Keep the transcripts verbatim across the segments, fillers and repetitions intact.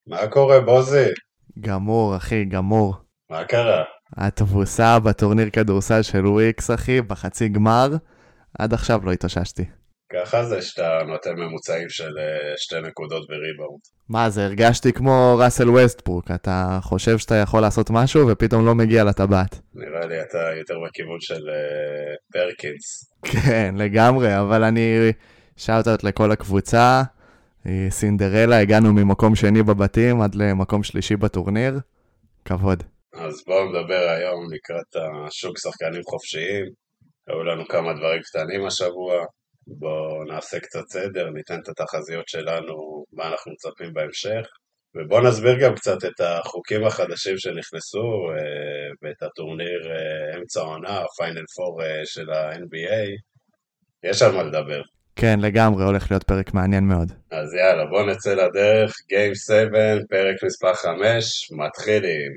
מה קורה, בוזי? גמור, אחי, גמור. מה קרה? התבוסה בטורניר כדורסל של וויקס, אחי, בחצי גמר, עד עכשיו לא התאוששתי. ככה זה שאתה נותן ממוצעים של אה, שתי נקודות וריבאונד. מה זה, הרגשתי כמו ראסל ווסטברוק, אתה חושב שאתה יכול לעשות משהו ופתאום לא מגיע לטבעת. נראה לי אתה יותר בכיוון של אה, פרקינס. כן, לגמרי, אבל אני שאוט-אוט לכל הקבוצה, אה, סינדרלה, הגענו ממקום שני בבתים עד למקום שלישי בטורניר, כבוד. אז בואו נדבר היום לקראת השוק שחקנים חופשיים. היו לנו כמה דברים קטנים השבוע. בואו נעשה קצת סדר, ניתן את התחזיות שלנו, מה אנחנו מצפים בהמשך. ובואו נסביר גם קצת את החוקים החדשים שנכנסו, אה, ואת הטורניר אה, אמצע העונה, הפיינל פור אה, של ה-אן בי איי. יש על מה לדבר. כן, לגמרי, הולך להיות פרק מעניין מאוד. אז יאללה, בואו נצא לדרך. Game שבע, פרק מספר חמש, מתחילים.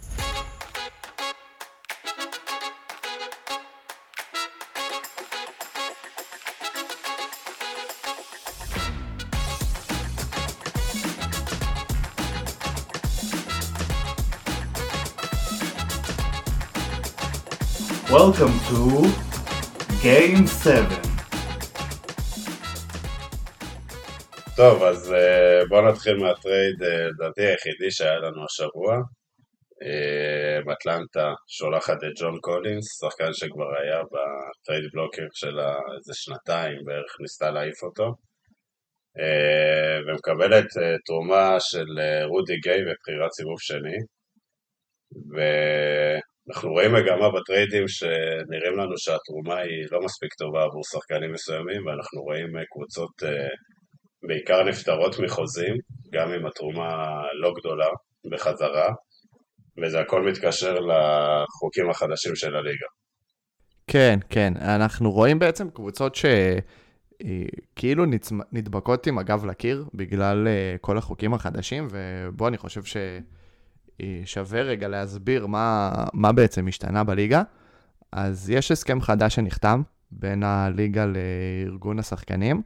Welcome to Game שבע. טוב, אז uh, בואו נתחיל מהטרייד, uh, לדעתי היחידי שהיה לנו השבוע. Uh, אטלנטה שולחת את ג'ון קולינס, שחקן שכבר היה בטרייד בלוקר שלה איזה שנתיים, בערך ניסתה להעיף אותו. Uh, ומקבלת uh, תרומה של uh, רודי גיי בבחירת סיבוב שני. ואנחנו רואים מגמה בטריידים שנראים לנו שהתרומה היא לא מספיק טובה עבור שחקנים מסוימים, ואנחנו רואים uh, קבוצות uh, בעיקר נפטרות מחוזים, גם אם התרומה לא גדולה בחזרה, וזה הכל מתקשר לחוקים החדשים של הליגה. כן, כן, אנחנו רואים בעצם קבוצות שכאילו נדבקות עם הגב לקיר בגלל כל החוקים החדשים, ובוא אני חושב ששווה רגע להסביר מה, מה בעצם השתנה בליגה. אז יש הסכם חדש שנחתם בין הליגה לארגון השחקנים,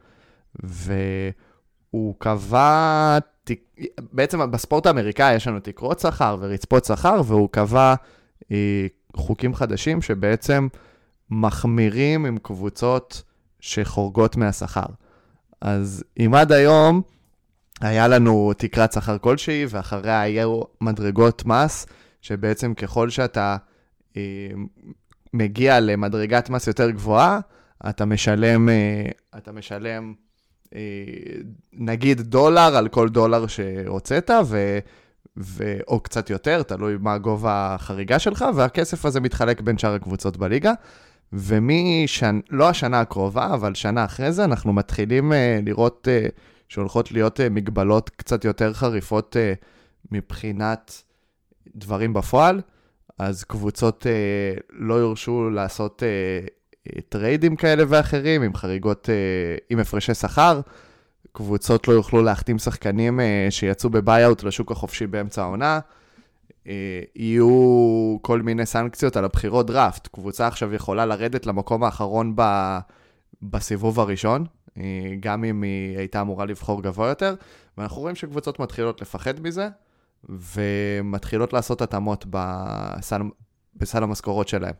והוא קבע, בעצם בספורט האמריקאי יש לנו תקרות שכר ורצפות שכר, והוא קבע חוקים חדשים שבעצם מחמירים עם קבוצות שחורגות מהשכר. אז אם עד היום היה לנו תקרת שכר כלשהי, ואחריה היו מדרגות מס, שבעצם ככל שאתה אה, מגיע למדרגת מס יותר גבוהה, אתה משלם, אה, אתה משלם אה, נגיד דולר על כל דולר שהוצאת, ו... ו... או קצת יותר, תלוי מה גובה החריגה שלך, והכסף הזה מתחלק בין שאר הקבוצות בליגה. ומשנה, לא השנה הקרובה, אבל שנה אחרי זה, אנחנו מתחילים uh, לראות uh, שהולכות להיות uh, מגבלות קצת יותר חריפות uh, מבחינת דברים בפועל, אז קבוצות uh, לא יורשו לעשות uh, uh, טריידים כאלה ואחרים, עם חריגות, uh, עם הפרשי שכר, קבוצות לא יוכלו להחתים שחקנים uh, שיצאו בביי-אוט לשוק החופשי באמצע העונה, יהיו כל מיני סנקציות על הבחירות דראפט. קבוצה עכשיו יכולה לרדת למקום האחרון ב... בסיבוב הראשון, גם אם היא הייתה אמורה לבחור גבוה יותר, ואנחנו רואים שקבוצות מתחילות לפחד מזה, ומתחילות לעשות התאמות בסל, בסל המשכורות שלהם.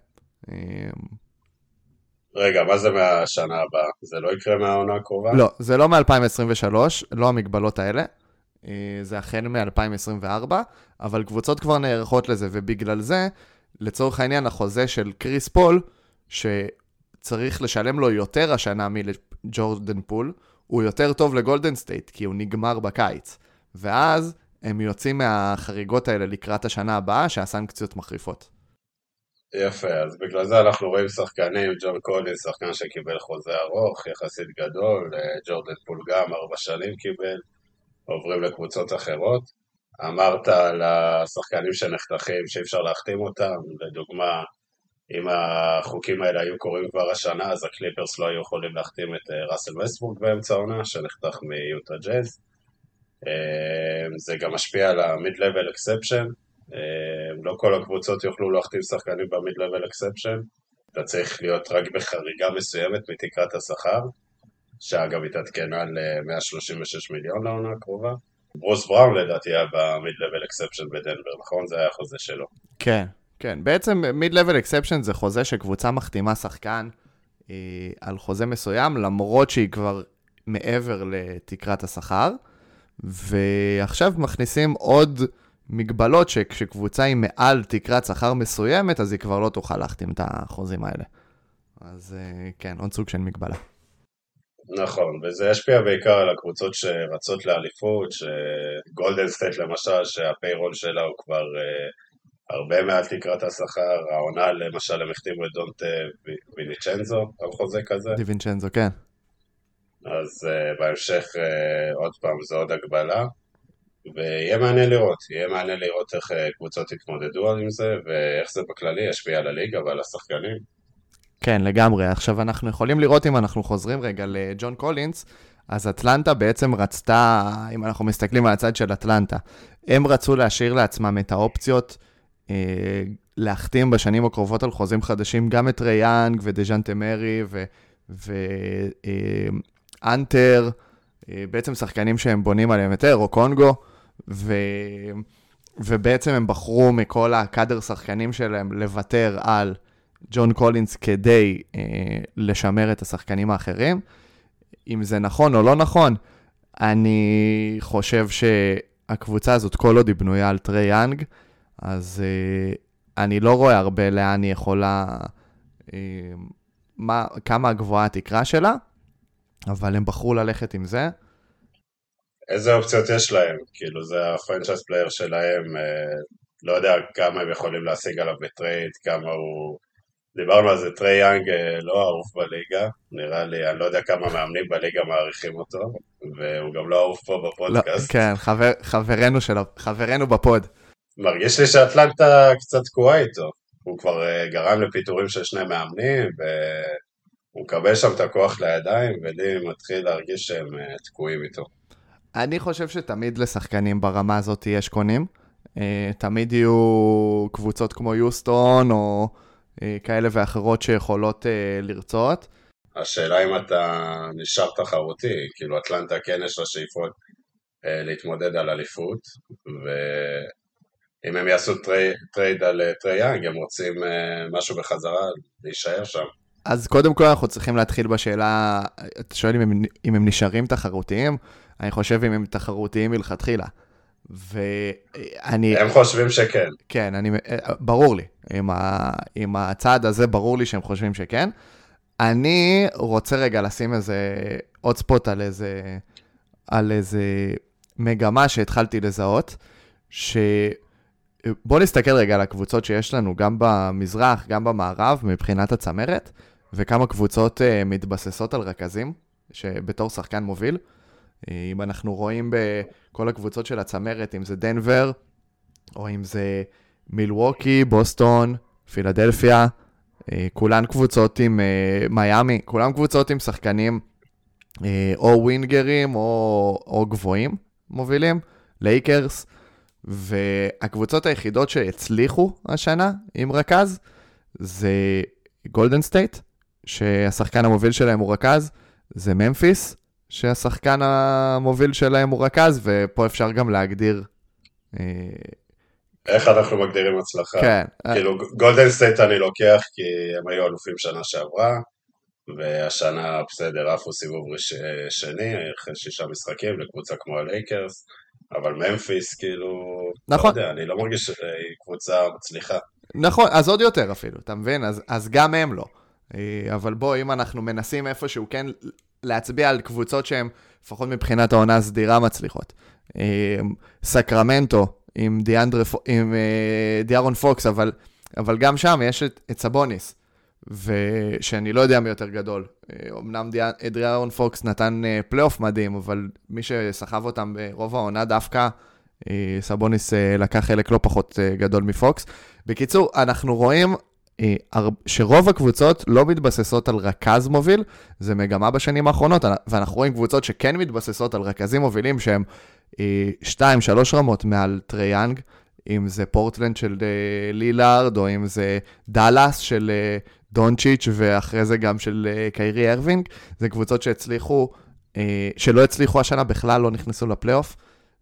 רגע, מה זה מהשנה הבאה? זה לא יקרה מהעונה הקרובה? לא, זה לא מ-אלפיים עשרים ושלוש, לא המגבלות האלה. זה החל מ-אלפיים עשרים וארבע, אבל קבוצות כבר נערכות לזה, ובגלל זה, לצורך העניין, החוזה של קריס פול, שצריך לשלם לו יותר השנה מג'ורדן פול, הוא יותר טוב לגולדן סטייט, כי הוא נגמר בקיץ. ואז הם יוצאים מהחריגות האלה לקראת השנה הבאה, שהסנקציות מחריפות. יפה, אז בגלל זה אנחנו רואים שחקנים, ג'ון קולינס, שחקן שקיבל חוזה ארוך, יחסית גדול, ג'ורדן פול גם ארבע שנים קיבל, עוברים לקבוצות אחרות. אמרת על השחקנים שנחתכים שאי אפשר להחתים אותם, לדוגמה, אם החוקים האלה היו קורים כבר השנה, אז הקליפרס לא היו יכולים להחתים את ראסל ווסטברוק באמצע העונה, שנחתך מיוטה ג'אז. זה גם משפיע על ה-mid-level exception, לא כל הקבוצות יוכלו להחתים שחקנים ב-mid-level exception, אתה צריך להיות רק בחריגה מסוימת מתקרת השכר, שאגב התעדכנה ל-מאה שלושים ושש מיליון לעונה הקרובה. ברוס בראון לדעתי היה במיד-לבל אקספשן בדנבר, נכון? זה היה החוזה שלו. כן, כן. בעצם מיד-לבל אקספשן זה חוזה שקבוצה מחתימה שחקן אה, על חוזה מסוים, למרות שהיא כבר מעבר לתקרת השכר, ועכשיו מכניסים עוד מגבלות שכשקבוצה היא מעל תקרת שכר מסוימת, אז היא כבר לא תוכל להחתים את החוזים האלה. אז כן, עוד סוג של מגבלה. נכון, וזה ישפיע בעיקר על הקבוצות שרצות לאליפות, שגולדן סטייט למשל, שהפיירול שלה הוא כבר uh, הרבה מעל תקרת השכר, העונה למשל הם החתימו את דונטה ויניצ'נזו על חוזה כזה. דיווינצ'נזו, כן. אז uh, בהמשך uh, עוד פעם זה עוד הגבלה, ויהיה מעניין לראות, יהיה מעניין לראות איך uh, קבוצות יתמודדו עם זה, ואיך זה בכללי ישפיע על הליגה ועל השחקנים. כן, לגמרי. עכשיו אנחנו יכולים לראות אם אנחנו חוזרים רגע לג'ון קולינס, אז אטלנטה בעצם רצתה, אם אנחנו מסתכלים על הצד של אטלנטה, הם רצו להשאיר לעצמם את האופציות, אה, להחתים בשנים הקרובות על חוזים חדשים, גם את ריי יאנג ודז'אנטה מרי ואנטר, אה, אה, בעצם שחקנים שהם בונים עליהם יותר, או קונגו, ו... ובעצם הם בחרו מכל הקאדר שחקנים שלהם לוותר על ג'ון קולינס כדי אה, לשמר את השחקנים האחרים. אם זה נכון או לא נכון, אני חושב שהקבוצה הזאת כל עוד היא בנויה על טרי יאנג, אז אה, אני לא רואה הרבה לאן היא יכולה, אה, מה, כמה הגבוהה התקרה שלה, אבל הם בחרו ללכת עם זה. איזה אופציות יש להם? כאילו זה הפרנצ'ייז פלייר שלהם, אה, לא יודע כמה הם יכולים להשיג עליו בטרייד, כמה הוא... דיברנו על זה, טרי יאנג לא אהוב בליגה, נראה לי, אני לא יודע כמה מאמנים בליגה מעריכים אותו, והוא גם לא אהוב פה בפודקאסט. לא, כן, חבר, חברנו, שלו, חברנו בפוד. מרגיש לי שאטלנטה קצת תקועה איתו, הוא כבר גרם לפיטורים של שני מאמנים, והוא מקבל שם את הכוח לידיים, ולי מתחיל להרגיש שהם תקועים איתו. אני חושב שתמיד לשחקנים ברמה הזאת יש קונים, תמיד יהיו קבוצות כמו יוסטון, או... כאלה ואחרות שיכולות uh, לרצות. השאלה אם אתה נשאר תחרותי, כאילו אטלנטה כן יש לה שאיפות uh, להתמודד על אליפות, ואם הם יעשו טרי, טרייד על טרי יאנג, הם רוצים uh, משהו בחזרה, להישאר שם. אז קודם כל אנחנו צריכים להתחיל בשאלה, אתה שואל אם הם, אם הם נשארים תחרותיים, אני חושב אם הם תחרותיים מלכתחילה. ואני... הם חושבים שכן. כן, אני, ברור לי. עם, ה, עם הצעד הזה ברור לי שהם חושבים שכן. אני רוצה רגע לשים איזה עוד ספוט על איזה, על איזה מגמה שהתחלתי לזהות, שבוא נסתכל רגע על הקבוצות שיש לנו, גם במזרח, גם במערב, מבחינת הצמרת, וכמה קבוצות מתבססות על רכזים, שבתור שחקן מוביל. אם אנחנו רואים בכל הקבוצות של הצמרת, אם זה דנבר, או אם זה מילווקי, בוסטון, פילדלפיה, כולן קבוצות עם מיימי, כולן קבוצות עם שחקנים או ווינגרים או, או גבוהים מובילים, לייקרס, והקבוצות היחידות שהצליחו השנה עם רכז, זה גולדן סטייט, שהשחקן המוביל שלהם הוא רכז, זה ממפיס, שהשחקן המוביל שלהם הוא רכז, ופה אפשר גם להגדיר... איך אנחנו מגדירים הצלחה? כן. כאילו, גולדן סטייט אני לוקח, כי הם היו אלופים שנה שעברה, והשנה בסדר, עפו סיבוב שני, אחרי שישה משחקים, לקבוצה כמו הלייקרס, אבל ממפיס, כאילו... נכון. לא יודע, אני לא מרגיש שהיא קבוצה מצליחה. נכון, אז עוד יותר אפילו, אתה מבין? אז, אז גם הם לא. אבל בוא, אם אנחנו מנסים איפשהו כן להצביע על קבוצות שהן, לפחות מבחינת העונה הסדירה, מצליחות. סקרמנטו, עם, דיאנדרה, עם uh, דיארון פוקס, אבל, אבל גם שם יש את, את סבוניס, ושאני לא יודע מי יותר גדול. אמנם דיארון פוקס נתן uh, פלייאוף מדהים, אבל מי שסחב אותם ברוב העונה דווקא, uh, סבוניס uh, לקח חלק לא פחות uh, גדול מפוקס. בקיצור, אנחנו רואים uh, שרוב הקבוצות לא מתבססות על רכז מוביל, זה מגמה בשנים האחרונות, ואנחנו רואים קבוצות שכן מתבססות על רכזים מובילים שהם שתיים, שלוש רמות מעל טרי יאנג, אם זה פורטלנד של לילארד, או אם זה דלס של דונצ'יץ', ואחרי זה גם של קיירי ארווינג, זה קבוצות שהצליחו, שלא הצליחו השנה, בכלל לא נכנסו לפלייאוף,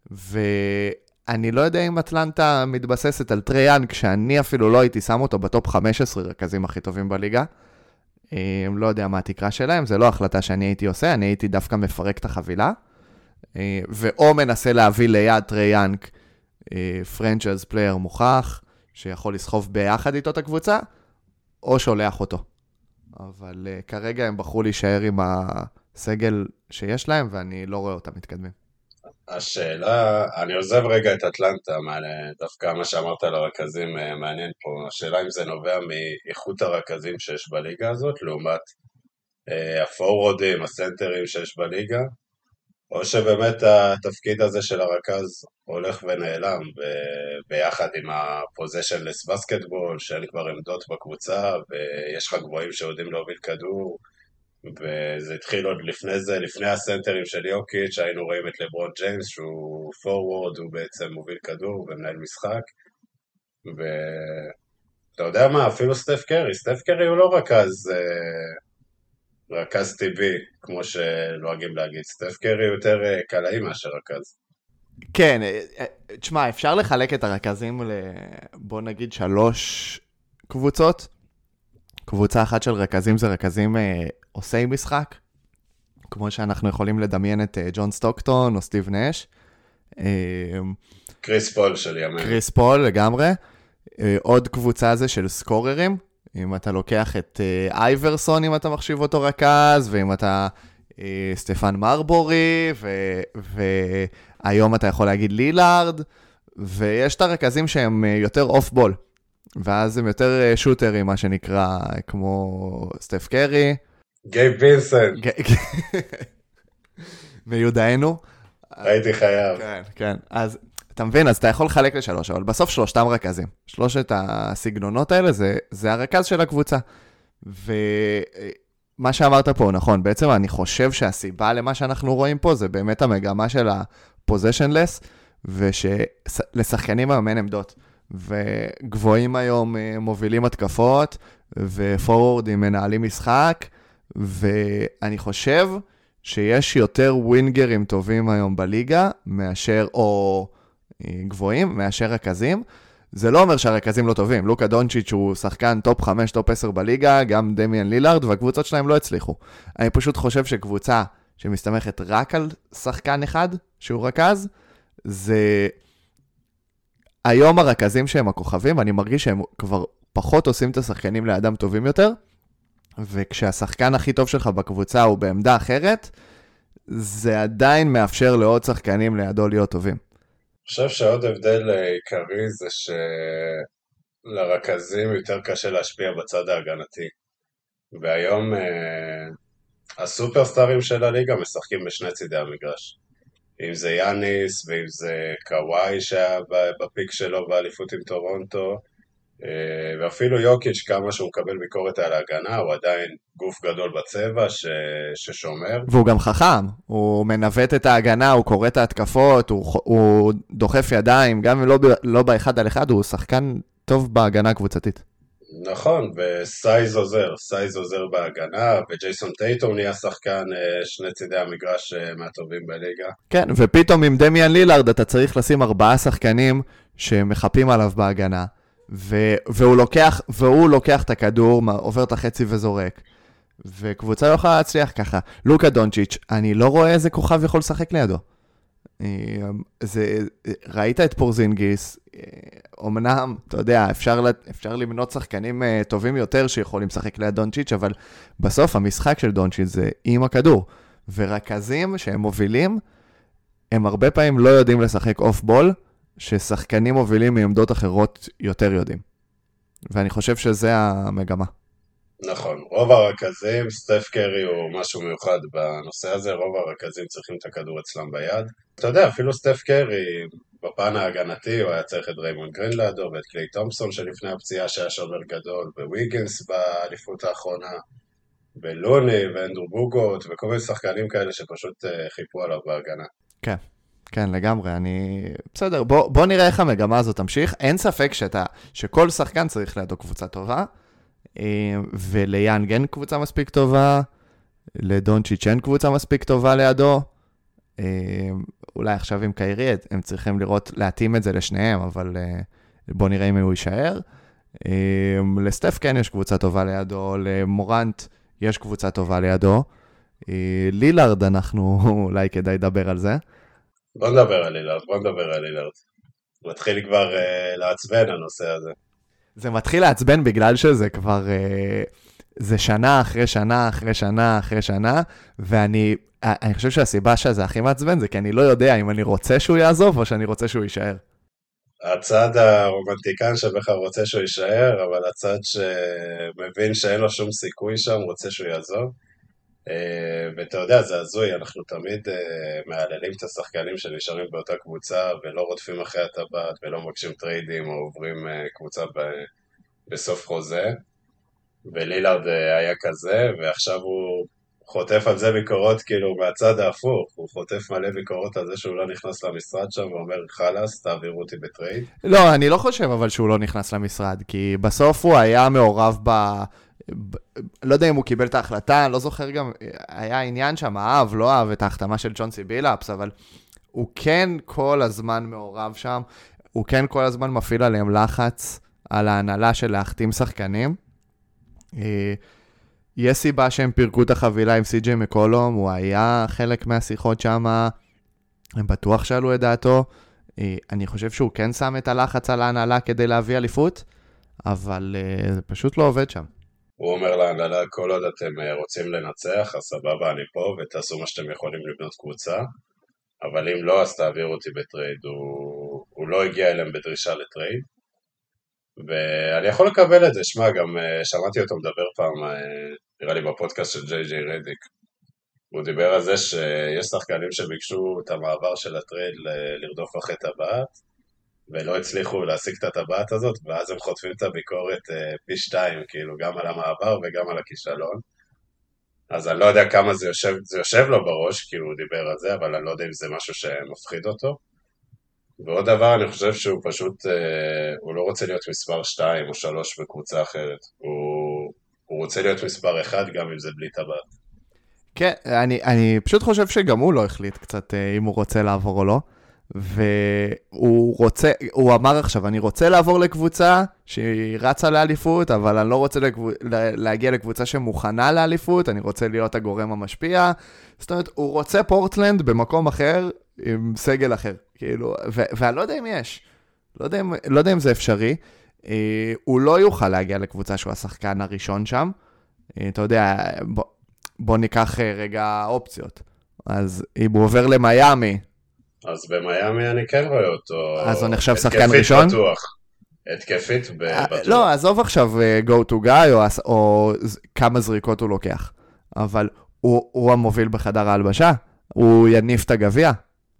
ואני לא יודע אם אטלנטה מתבססת על טרי יאנג, שאני אפילו לא הייתי שם אותו בטופ חמש עשרה רכזים הכי טובים בליגה. לא יודע מה התקרה שלהם, זה לא החלטה שאני הייתי עושה, אני הייתי דווקא מפרק את החבילה, ואו מנסה להביא ליד טרי יאנג, פרנצ'ייז פלייר מוכח, שיכול לסחוב ביחד איתו את הקבוצה, או שולח אותו. אבל uh, כרגע הם בחרו להישאר עם הסגל שיש להם, ואני לא רואה אותם מתקדמים. השאלה, אני עוזב רגע את אטלנטה, דווקא מה שאמרת על הרכזים מעניין פה, השאלה אם זה נובע מאיכות הרכזים שיש בליגה הזאת, לעומת uh, הפורורדים, הסנטרים שיש בליגה, או שבאמת התפקיד הזה של הרכז הולך ונעלם ב- ביחד עם הפוזיישנלס בסקטבול, שאין כבר עמדות בקבוצה, ויש לך גבוהים שיודעים להוביל כדור, וזה התחיל עוד לפני זה, לפני הסנטרים של יוקיץ', שהיינו רואים את לברון ג'יימס, שהוא פורוורד, הוא בעצם מוביל כדור ומנהל משחק, ואתה יודע מה, אפילו סטף קרי, סטף קרי הוא לא רכז... רכז טבעי, כמו שנוהגים להגיד. סטף קרי יותר קלעי מאשר רכז. כן, תשמע, אפשר לחלק את הרכזים ל... בוא נגיד שלוש קבוצות. קבוצה אחת של רכזים זה רכזים אה, עושי משחק, כמו שאנחנו יכולים לדמיין את אה, ג'ון סטוקטון או סטיב נש. אה, קריס פול של ימים. קריס פול לגמרי. אה, עוד קבוצה זה של סקוררים, אם אתה לוקח את אה, אייברסון, אם אתה מחשיב אותו רכז, ואם אתה אה, סטפן מרבורי, ו... והיום אתה יכול להגיד לילארד, ויש את הרכזים שהם אה, יותר אוף בול. ואז הם יותר אה, שוטרים, מה שנקרא, כמו סטף קרי. גייב וינסנט. מיודענו. הייתי חייב. כן, כן. אז אתה מבין, אז אתה יכול לחלק לשלוש, אבל בסוף שלושתם רכזים. שלושת הסגנונות האלה זה, זה הרכז של הקבוצה. ומה שאמרת פה, נכון, בעצם אני חושב שהסיבה למה שאנחנו רואים פה, זה באמת המגמה של ה-possessionless, ושלשחקנים היום אין עמדות. וגבוהים היום מובילים התקפות, ופורורדים מנהלים משחק, ואני חושב שיש יותר ווינגרים טובים היום בליגה, מאשר, או גבוהים, מאשר רכזים. זה לא אומר שהרכזים לא טובים. לוקה דונצ'יץ' הוא שחקן טופ חמש, טופ עשר בליגה, גם דמיאן לילארד, והקבוצות שלהם לא הצליחו. אני פשוט חושב שקבוצה שמסתמכת רק על שחקן אחד, שהוא רכז, זה... היום הרכזים שהם הכוכבים, ואני מרגיש שהם כבר פחות עושים את השחקנים לאדם טובים יותר, וכשהשחקן הכי טוב שלך בקבוצה הוא בעמדה אחרת, זה עדיין מאפשר לעוד שחקנים לידו להיות טובים. אני חושב שעוד הבדל עיקרי זה שלרכזים יותר קשה להשפיע בצד ההגנתי. והיום הסופרסטארים של הליגה משחקים בשני צידי המגרש. אם זה יאניס ואם זה קוואי שהיה בפיק שלו באליפות עם טורונטו, ואפילו יוקיץ' כמה שהוא מקבל ביקורת על ההגנה, הוא עדיין גוף גדול בצבע ש... ששומר. והוא גם חכם, הוא מנווט את ההגנה, הוא קורא את ההתקפות, הוא, הוא דוחף ידיים, גם אם לא, ב... לא באחד על אחד, הוא שחקן טוב בהגנה קבוצתית. נכון, וסייז עוזר, סייז עוזר בהגנה, וג'ייסון טייטום נהיה שחקן שני צידי המגרש מהטובים בליגה. כן, ופתאום עם דמיאן לילארד אתה צריך לשים ארבעה שחקנים שמחפים עליו בהגנה. ו- והוא לוקח, והוא לוקח את הכדור, עובר את החצי וזורק. וקבוצה לא יכולה להצליח ככה. לוקה דונצ'יץ', אני לא רואה איזה כוכב יכול לשחק לידו. זה, ראית את פורזינגיס, אמנם, אתה יודע, אפשר, אפשר למנות שחקנים טובים יותר שיכולים לשחק ליד דונצ'יץ', אבל בסוף המשחק של דונצ'יץ' זה עם הכדור. ורכזים שהם מובילים, הם הרבה פעמים לא יודעים לשחק אוף בול, ששחקנים מובילים מעמדות אחרות יותר יודעים. ואני חושב שזה המגמה. נכון, רוב הרכזים, סטף קרי הוא משהו מיוחד בנושא הזה, רוב הרכזים צריכים את הכדור אצלם ביד. אתה יודע, אפילו סטף קרי, בפן ההגנתי, הוא היה צריך את ריימונד גרין לידו, ואת קליי תומפסון שלפני הפציעה שהיה שומר גדול, וויגנס באליפות האחרונה, ולוני ואנדרו בוגוט, וכל מיני שחקנים כאלה שפשוט חיפו עליו בהגנה. כן. כן, לגמרי, אני... בסדר, בוא, בוא נראה איך המגמה הזאת תמשיך. אין ספק שאתה, שכל שחקן צריך לידו קבוצה טובה, וליאנג אין קבוצה מספיק טובה, לדונצ'יץ' אין קבוצה מספיק טובה לידו, אולי עכשיו עם קיירי, הם צריכים לראות, להתאים את זה לשניהם, אבל בוא נראה אם הוא יישאר. לסטף כן יש קבוצה טובה לידו, למורנט יש קבוצה טובה לידו. לילארד, אנחנו אולי כדאי לדבר על זה. בוא נדבר על לילארד, בוא נדבר על לילארד. מתחיל כבר uh, לעצבן הנושא הזה. זה מתחיל לעצבן בגלל שזה כבר, uh, זה שנה אחרי שנה אחרי שנה אחרי שנה, ואני אני חושב שהסיבה שזה הכי מעצבן זה כי אני לא יודע אם אני רוצה שהוא יעזוב או שאני רוצה שהוא יישאר. הצד הרומנטיקן שבכלל רוצה שהוא יישאר, אבל הצד שמבין שאין לו שום סיכוי שם רוצה שהוא יעזוב. ואתה יודע, זה הזוי, אנחנו תמיד מעללים את השחקנים שנשארים באותה קבוצה ולא רודפים אחרי הטבעת ולא מבקשים טריידים או עוברים קבוצה בסוף חוזה. ולילארד היה כזה, ועכשיו הוא חוטף על זה ביקורות כאילו מהצד ההפוך, הוא חוטף מלא ביקורות על זה שהוא לא נכנס למשרד שם ואומר חלס, תעבירו אותי בטרייד. לא, אני לא חושב אבל שהוא לא נכנס למשרד, כי בסוף הוא היה מעורב ב... לא יודע אם הוא קיבל את ההחלטה, אני לא זוכר גם, היה עניין שם, אהב, לא אהב את ההחתמה של ג'ונסי בילאפס, אבל הוא כן כל הזמן מעורב שם, הוא כן כל הזמן מפעיל עליהם לחץ על ההנהלה של להחתים שחקנים. יש סיבה שהם פירקו את החבילה עם סי ג'יי מקולום, הוא היה חלק מהשיחות שם, הם בטוח שאלו את דעתו, אני חושב שהוא כן שם את הלחץ על ההנהלה כדי להביא אליפות, אבל זה פשוט לא עובד שם. הוא אומר להנהלה, כל עוד אתם רוצים לנצח, אז סבבה, אני פה, ותעשו מה שאתם יכולים לבנות קבוצה, אבל אם לא, אז תעבירו אותי בטרייד. הוא, הוא לא הגיע אליהם בדרישה לטרייד, ואני יכול לקבל את זה. שמע, גם שמעתי אותו מדבר פעם, נראה לי בפודקאסט של ג'יי ג'יי רדיק, הוא דיבר על זה שיש שחקנים שביקשו את המעבר של הטרייד לרדוף אחרי טבעת, ולא הצליחו להשיג את הטבעת הזאת, ואז הם חוטפים את הביקורת פי שתיים, כאילו, גם על המעבר וגם על הכישלון. אז אני לא יודע כמה זה יושב, זה יושב לו בראש, כאילו הוא דיבר על זה, אבל אני לא יודע אם זה משהו שמפחיד אותו. ועוד דבר, אני חושב שהוא פשוט, הוא לא רוצה להיות מספר שתיים או שלוש בקבוצה אחרת. הוא, הוא רוצה להיות מספר אחד, גם אם זה בלי טבעת. כן, אני, אני פשוט חושב שגם הוא לא החליט קצת אם הוא רוצה לעבור או לא. והוא רוצה, הוא אמר עכשיו, אני רוצה לעבור לקבוצה שהיא רצה לאליפות, אבל אני לא רוצה לגב... להגיע לקבוצה שמוכנה לאליפות, אני רוצה להיות הגורם המשפיע. זאת אומרת, הוא רוצה פורטלנד במקום אחר, עם סגל אחר, כאילו, ו... ואני לא יודע אם יש, לא יודע אם, לא יודע אם זה אפשרי, הוא לא יוכל להגיע לקבוצה שהוא השחקן הראשון שם, אתה יודע, בוא, בוא ניקח רגע אופציות, אז אם הוא עובר למיימי, אז במיימי אני כן רואה אותו. אז הוא נחשב שחקן ראשון? התקפית בטוח. התקפית בטוח. לא, עזוב עכשיו go to guy, או, או כמה זריקות הוא לוקח. אבל הוא, הוא המוביל בחדר ההלבשה. הוא יניף את הגביע.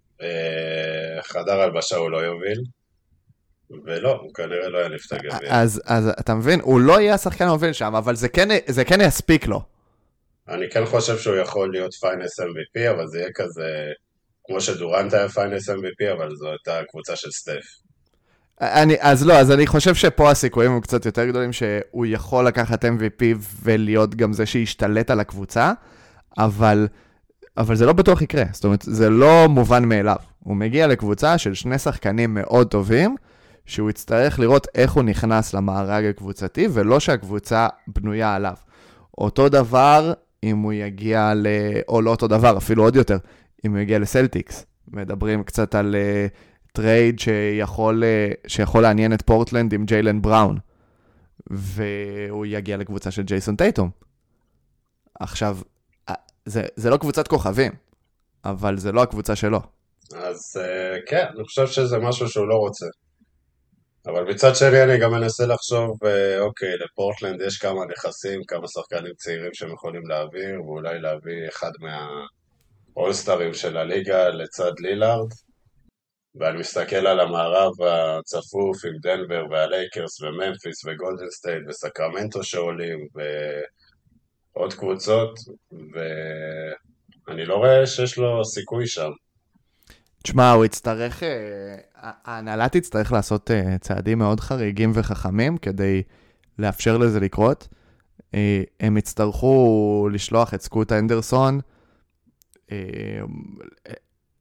חדר ההלבשה הוא לא יוביל. ולא, הוא כנראה לא יניף את הגביע. אז, אז אתה מבין, הוא לא יהיה השחקן המוביל שם, אבל זה כן, זה כן יספיק לו. אני כן חושב שהוא יכול להיות פיינס אם וי פי, אבל זה יהיה כזה... כמו שדורנט היה פיינס אם וי פי, אבל זו הייתה קבוצה של סטף. אני, אז לא, אז אני חושב שפה הסיכויים הם קצת יותר גדולים, שהוא יכול לקחת אם וי פי ולהיות גם זה שישתלט על הקבוצה, אבל, אבל זה לא בטוח יקרה. זאת אומרת, זה לא מובן מאליו. הוא מגיע לקבוצה של שני שחקנים מאוד טובים, שהוא יצטרך לראות איך הוא נכנס למארג הקבוצתי, ולא שהקבוצה בנויה עליו. אותו דבר, אם הוא יגיע ל... או לא אותו דבר, אפילו עוד יותר, אם הוא יגיע לסלטיקס, מדברים קצת על uh, טרייד שיכול, uh, שיכול לעניין את פורטלנד עם ג'יילן בראון, והוא יגיע לקבוצה של ג'ייסון טייטום. עכשיו, זה, זה לא קבוצת כוכבים, אבל זה לא הקבוצה שלו. אז uh, כן, אני חושב שזה משהו שהוא לא רוצה. אבל מצד שני אני גם מנסה לחשוב, uh, אוקיי, לפורטלנד יש כמה נכסים, כמה שחקנים צעירים שהם יכולים להעביר, ואולי להביא אחד מה... אולסטרים של הליגה לצד לילארד, ואני מסתכל על המערב הצפוף עם דנבר והלייקרס וממפיס וגולדן סטייט וסקרמנטו שעולים ועוד קבוצות, ואני לא רואה שיש לו סיכוי שם. תשמע, הוא יצטרך, ההנהלה תצטרך לעשות צעדים מאוד חריגים וחכמים כדי לאפשר לזה לקרות. הם יצטרכו לשלוח את סקוט אנדרסון,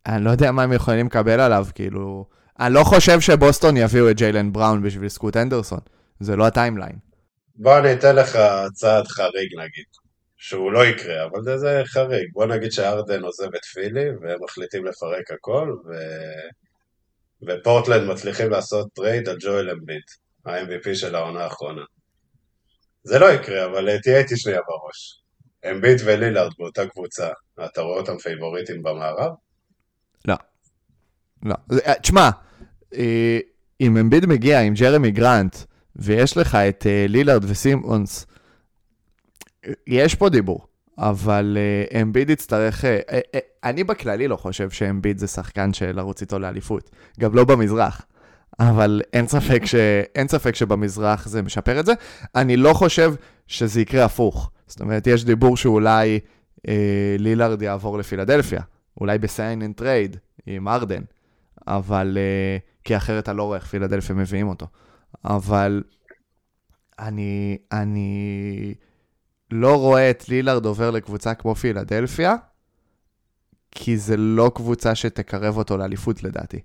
אני לא יודע מה הם יכולים לקבל עליו, כאילו, אני לא חושב שבוסטון יביאו את ג'יילן בראון בשביל סקוט אנדרסון, זה לא הטיימליין. בוא אני אתן לך צעד חריג נגיד, שהוא לא יקרה, אבל זה, זה חריג. בוא נגיד שארדן עוזב את פילי, והם מחליטים לפרק הכל, ו... ופורטלנד מצליחים לעשות טרייד על ג'ואל אמביד, ה-אם וי פי של העונה האחרונה. זה לא יקרה, אבל תהיה איתי שנייה בראש. אמביד ולילארד באותה קבוצה, אתה רואה אותם פייבוריטים במערב? לא. לא. תשמע, אם אמביד מגיע עם ג'רמי גרנט, ויש לך את לילארד וסימונס, יש פה דיבור, אבל אמביד יצטרך, אני בכללי לא חושב שאמביד זה שחקן שלרוץ איתו לאליפות, גם לא במזרח, אבל אין ספק, ש, אין ספק שבמזרח זה משפר את זה, אני לא חושב שזה יקרה הפוך, זאת אומרת, יש דיבור שאולי אה, לילארד יעבור לפילדלפיה, אולי בסיין אנד טרייד עם ארדן, אבל, אה, כי אחרת אתה לא רואה איך פילדלפיה מביאים אותו, אבל אני, אני לא רואה את לילארד עובר לקבוצה כמו פילדלפיה, כי זה לא קבוצה שתקרב אותו לאליפות לדעתי.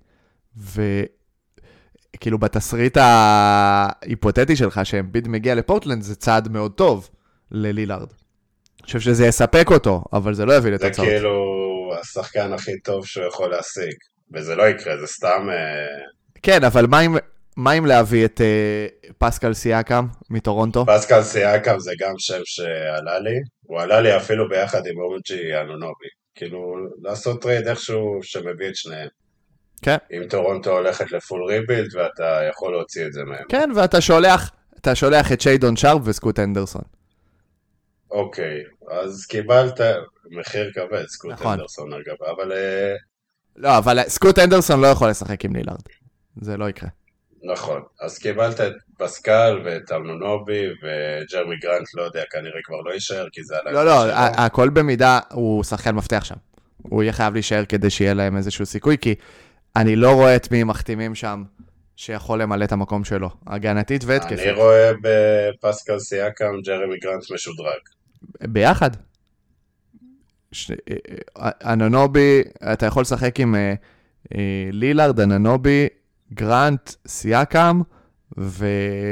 וכאילו בתסריט ההיפותטי שלך שאמביד מגיע לפורטלנד, זה צעד מאוד טוב ללילארד. אני חושב שזה יספק אותו, אבל זה לא יביא לתוצאות. זה כאילו השחקן הכי טוב שהוא יכול להשיג, וזה לא יקרה, זה סתם... כן, אבל מה אם... מה אם להביא את uh, פסקל סייקם מטורונטו? פסקל סייקם זה גם שם שעלה לי, הוא עלה לי אפילו ביחד עם אוג'י אנונובי, כאילו לעשות טרייד איכשהו שמביא את שניהם. כן. אם טורונטו הולכת לפול ריבילד ואתה יכול להוציא את זה מהם. כן, ואתה שולח, אתה שולח את שיידון שרפ וסקוט אנדרסון. אוקיי, אז קיבלת מחיר כבד, סקוט נכון. אנדרסון אגב, אבל... לא, אבל סקוט אנדרסון לא יכול לשחק עם לילארד, זה לא יקרה. נכון, אז קיבלת את פסקל ואת אמנונובי וג'רמי גרנט, לא יודע, כנראה כבר לא יישאר, כי זה... לא, לא, הכל במידה, הוא שחקן מפתח שם. הוא יהיה חייב להישאר כדי שיהיה להם איזשהו סיכוי, כי אני לא רואה את מי מחתימים שם שיכול למלא את המקום שלו, הגנתית והתקפית. אני רואה בפסקל סייקם ג'רמי גרנט משודרג. ביחד. ש... אנונובי, אתה יכול לשחק עם לילארד, אנונובי, גרנט, סייקם, ו...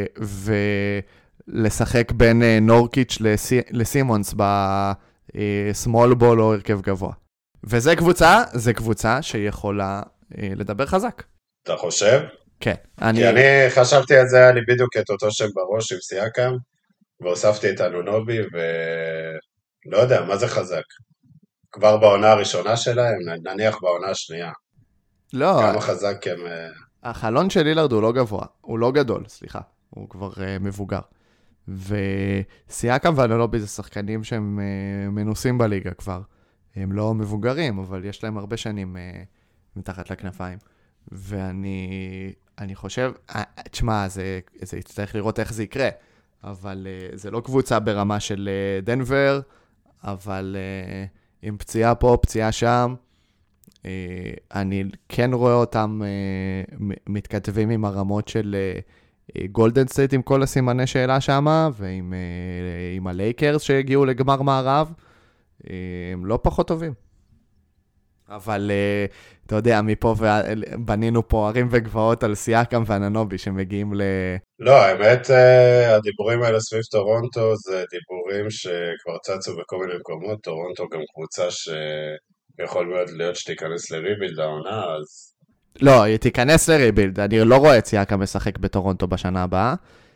ולשחק בין נורקיץ' לסי... לסימונס בסמול בול או הרכב גבוה. וזה קבוצה, זה קבוצה שיכולה לדבר חזק. אתה חושב? כן. אני... כי אני חשבתי על זה, היה לי בדיוק את אותו שם בראש עם סייקם, והוספתי את אנונובי, ולא יודע, מה זה חזק? כבר בעונה הראשונה שלהם, נניח בעונה השנייה. לא. כמה חזק הם... החלון של לילארד הוא לא גבוה, הוא לא גדול, סליחה, הוא כבר uh, מבוגר. וסייקם ואנונובי זה שחקנים שהם uh, מנוסים בליגה כבר. הם לא מבוגרים, אבל יש להם הרבה שנים uh, מתחת לכנפיים. ואני אני חושב, uh, תשמע, זה, זה יצטרך לראות איך זה יקרה, אבל uh, זה לא קבוצה ברמה של uh, דנבר, אבל uh, עם פציעה פה, פציעה שם, Uh, אני כן רואה אותם uh, מתכתבים עם הרמות של גולדן uh, סטייט עם כל הסימני שאלה שם, ועם uh, עם הלייקרס שהגיעו לגמר מערב, uh, הם לא פחות טובים. אבל uh, אתה יודע, מפה בנינו פה ערים וגבעות על סייקם ואנונובי שמגיעים ל... לא, האמת, הדיבורים האלה סביב טורונטו זה דיבורים שכבר צצו בכל מיני מקומות, טורונטו גם קבוצה ש... יכול מאוד להיות שתיכנס לריבילד העונה, אז... לא, היא תיכנס לריבילד, אני לא רואה את סייקם משחק בטורונטו בשנה הבאה.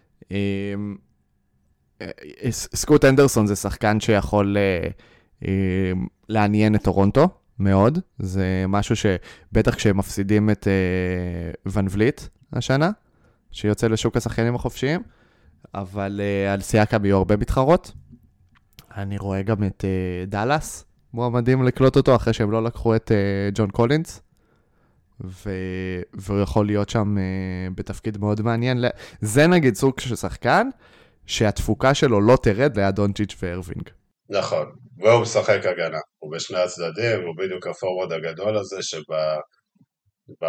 סקוט אנדרסון זה שחקן שיכול לעניין את טורונטו, מאוד. זה משהו שבטח כשהם מפסידים את ון וליט השנה, שיוצא לשוק השחקנים החופשיים, אבל על סייקם יהיו הרבה מתחרות. אני רואה גם את דלס, מועמדים לקלוט אותו אחרי שהם לא לקחו את uh, ג'ון קולינס, ו... והוא יכול להיות שם uh, בתפקיד מאוד מעניין. זה נגיד סוג של שחקן שהתפוקה שלו לא תרד ליד דונצ'יץ' וארווינג. נכון, והוא משחק הגנה, הוא בשני הצדדים, הוא בדיוק הפורוורד הגדול הזה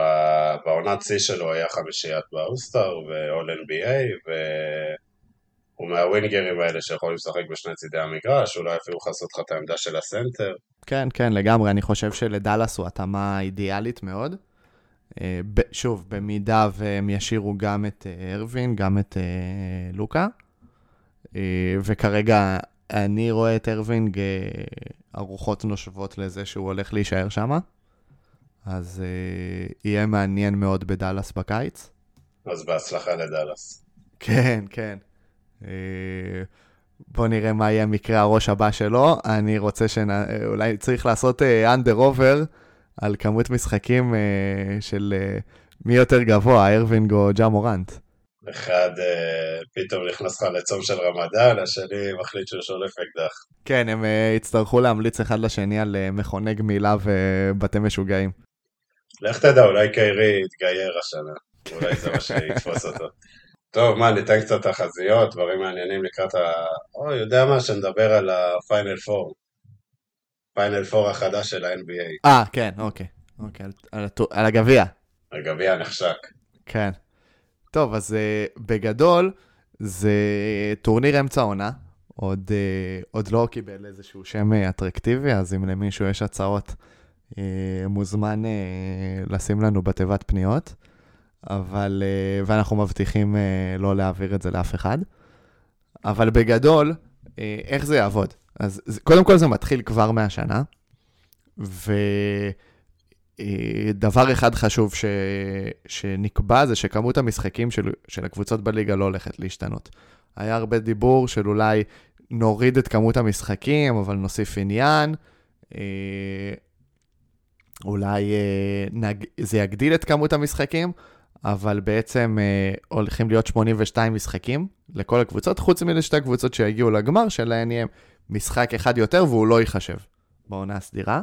שבעונת צי שלו היה חמישיית באוסטר ו-All אן בי איי, הוא מהווינגרים האלה שיכולים לשחק בשני צידי המגרש, אולי אפילו חסות לך את העמדה של הסנטר. כן, כן, לגמרי. אני חושב שלדלס הוא התאמה אידיאלית מאוד. שוב, במידה והם ישירו גם את ארווין, גם את לוקה. וכרגע אני רואה את ארווינג ארוחות נושבות לזה שהוא הולך להישאר שם. אז יהיה מעניין מאוד בדלס בקיץ. אז בהצלחה לדלס. כן, כן. בוא נראה מה יהיה מקרה הראש הבא שלו. אני רוצה שאולי צריך לעשות אנדר אובר על כמות משחקים של מי יותר גבוה, ארווינג או ג'ה מורנט. אחד פתאום נכנס לך לצום של רמדאן, השני מחליט שהוא שולף אקדח. כן, הם יצטרכו להמליץ אחד לשני על מכוני גמילה ובתי משוגעים. לך תדע, אולי קיירי יתגייר השנה. אולי זה מה שיתפוס אותו. טוב, מה, ניתן קצת תחזיות, דברים מעניינים לקראת ה... או, יודע מה, שנדבר על הפיינל פור. פיינל פור החדש של ה-אן בי איי. אה, כן, אוקיי. אוקיי, על, על הגביע. הגביע נחשק. כן. טוב, אז uh, בגדול, זה טורניר אמצע עונה. עוד, uh, עוד לא קיבל איזשהו שם אטרקטיבי, אז אם למישהו יש הצעות, uh, מוזמן uh, לשים לנו בתיבת פניות. אבל, uh, ואנחנו מבטיחים uh, לא להעביר את זה לאף אחד. אבל בגדול, uh, איך זה יעבוד? אז קודם כל זה מתחיל כבר מהשנה, ודבר אחד חשוב ש... שנקבע זה שכמות המשחקים של... של הקבוצות בליגה לא הולכת להשתנות. היה הרבה דיבור של אולי נוריד את כמות המשחקים, אבל נוסיף עניין, אולי נג... זה יגדיל את כמות המשחקים, אבל בעצם הולכים להיות שמונים ושתיים משחקים לכל הקבוצות, חוץ מזה שתי הקבוצות שהגיעו לגמר, שלהן יהיה משחק אחד יותר, והוא לא ייחשב בעונה הסדירה.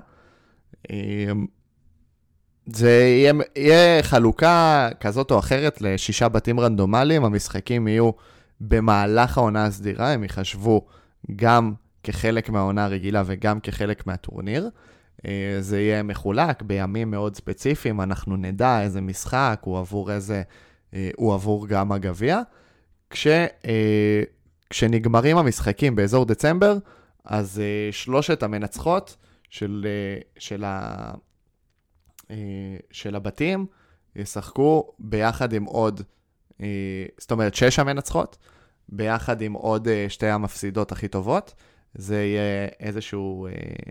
זה יהיה, יהיה חלוקה כזאת או אחרת לשישה בתים רנדומליים, המשחקים יהיו במהלך העונה הסדירה, הם ייחשבו גם כחלק מהעונה הרגילה וגם כחלק מהטורניר. זה יהיה מחולק בימים מאוד ספציפיים, אנחנו נדע איזה משחק הוא עבור איזה, הוא עבור גם הגביע. כש... כשנגמרים המשחקים באזור דצמבר, אז uh, שלושת המנצחות של, uh, של, ה, uh, של הבתים ישחקו ביחד עם עוד, uh, זאת אומרת שש המנצחות, ביחד עם עוד uh, שתי המפסידות הכי טובות. זה יהיה איזשהו... Uh,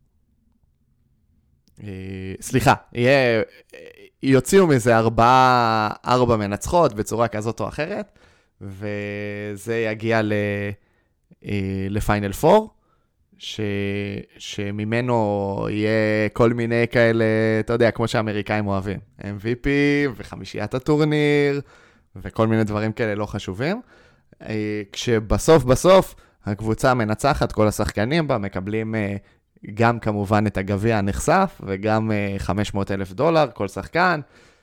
uh, סליחה, יהיה, יוציאו מזה ארבע, ארבע מנצחות בצורה כזאת או אחרת, וזה יגיע ל, לפיינל פור, ש, שממנו יהיה כל מיני כאלה, אתה יודע, כמו שהאמריקאים אוהבים, אם וי פי וחמישיית הטורניר, וכל מיני דברים כאלה לא חשובים, כשבסוף בסוף הקבוצה המנצחת, כל השחקנים בה, מקבלים גם כמובן את הגביע הנחשף, וגם חמש מאות אלף דולר, כל שחקן,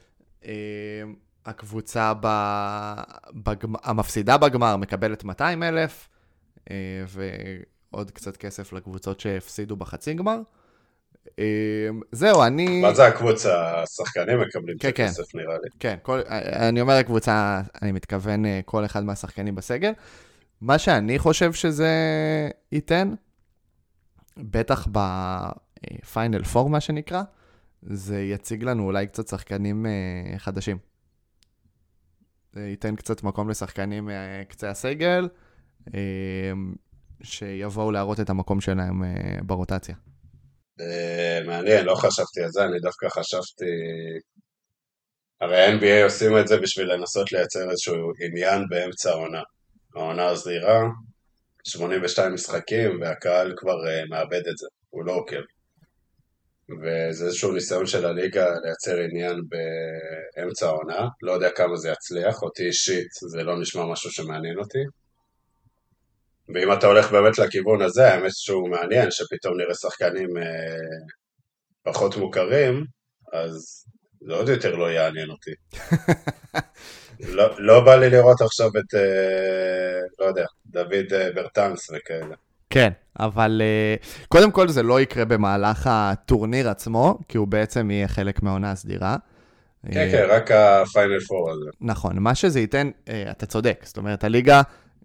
הקבוצה בגמר, המפסידה בגמר מקבלת מאתיים אלף, ועוד קצת כסף לקבוצות שהפסידו בחצי גמר. זהו, אני... מה זה הקבוצה? השחקנים מקבלים כן, את הכסף, כן. נראה לי. כן, כל... אני אומר הקבוצה, אני מתכוון כל אחד מהשחקנים בסגל. מה שאני חושב שזה ייתן, בטח בפיינל פור, מה שנקרא, זה יציג לנו אולי קצת שחקנים חדשים. זה ייתן קצת מקום לשחקנים מקצה הסגל, שיבואו להראות את המקום שלהם ברוטציה. מעניין, לא חשבתי על זה, אני דווקא חשבתי... הרי ה-אן בי איי עושים את זה בשביל לנסות לייצר איזשהו עניין באמצע העונה. העונה הסדירה, שמונים ושתיים משחקים, והקהל כבר מאבד את זה, הוא לא עוקב. וזה איזשהו ניסיון של הליגה לייצר עניין באמצע העונה, לא יודע כמה זה יצליח, אותי אישית זה לא נשמע משהו שמעניין אותי. ואם אתה הולך באמת לכיוון הזה, האמת שהוא מעניין, שפתאום נראה שחקנים אה, פחות מוכרים, אז זה עוד יותר לא יעניין אותי. לא, לא בא לי לראות עכשיו את, אה, לא יודע, דוד אה, ברטנס וכאלה. כן, אבל uh, קודם כל זה לא יקרה במהלך הטורניר עצמו, כי הוא בעצם יהיה חלק מהעונה הסדירה. כן, כן, רק הפיינל פור הזה. נכון, מה שזה ייתן, uh, אתה צודק, זאת אומרת, הליגה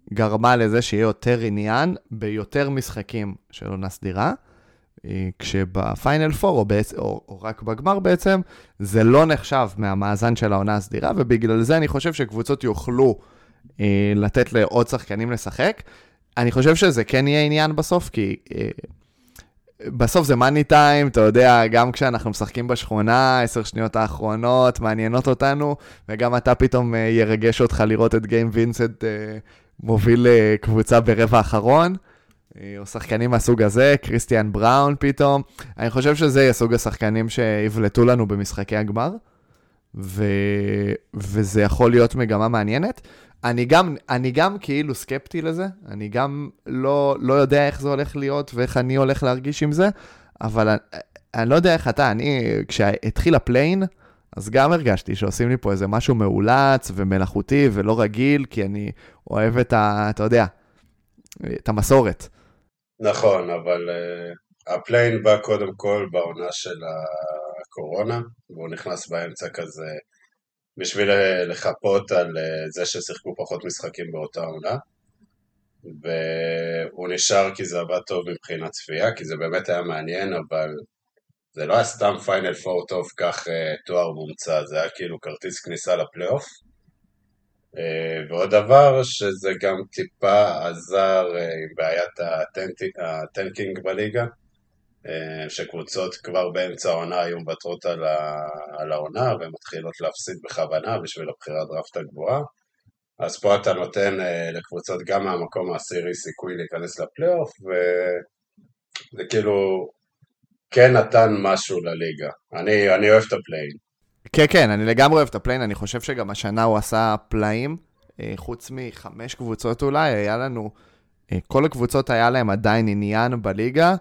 גרמה לזה שיהיה יותר עניין ביותר משחקים של עונה סדירה, כשבפיינל פור, או, בעצ... או, או רק בגמר בעצם, זה לא נחשב מהמאזן של העונה הסדירה, ובגלל זה אני חושב שקבוצות יוכלו אה, לתת לעוד שחקנים לשחק. אני חושב שזה כן יהיה עניין בסוף, כי אה, בסוף זה מאני טיים, אתה יודע, גם כשאנחנו משחקים בשכונה, עשר שניות האחרונות, מעניינות אותנו, וגם אתה פתאום אה, ירגש אותך לראות את גיים וינסנט אה, מוביל אה, קבוצה ברבע האחרון, או שחקנים מהסוג הזה, קריסטיאן בראון פתאום. אני חושב שזה יהיה סוג השחקנים שיבלטו לנו במשחקי הגמר, ו... וזה יכול להיות מגמה מעניינת. אני גם, אני גם כאילו סקפטי לזה, אני גם לא, לא יודע איך זה הולך להיות, ואיך אני הולך להרגיש עם זה, אבל אני, אני לא יודע איך אתה, אני, כשהתחיל הפליין, אז גם הרגשתי שעושים לי פה איזה משהו מאולץ ומלאכותי ולא רגיל, כי אני אוהב את ה... אתה יודע, את המסורת. נכון, אבל uh, הפליין בא קודם כל בעונה של הקורונה, והוא נכנס באמצע כזה בשביל לחפות על uh, זה ששיחקו פחות משחקים באותה עונה, והוא נשאר כי זה עבד טוב מבחינת צפייה, כי זה באמת היה מעניין, אבל זה לא היה סתם פיינל פור טוב כך uh, תואר מומצא, זה היה כאילו כרטיס כניסה לפלייאוף, ועוד דבר שזה גם טיפה עזר עם בעיית הטנקינג בליגה, שקבוצות כבר באמצע העונה היו מבטרות על העונה ומתחילות להפסיד בכוונה בשביל הבחירת דראפט הגבוהה, אז פה אתה נותן לקבוצות גם מהמקום העשירי סיכוי להיכנס לפלייאוף, וזה כאילו כן נתן משהו לליגה. אני, אני אוהב את הפליין. כן, כן, אני לגמרי אוהב את הפליין, אני חושב שגם השנה הוא עשה פלאים, חוץ מחמש קבוצות אולי, היה לנו, כל הקבוצות היה להם עדיין עניין בליגה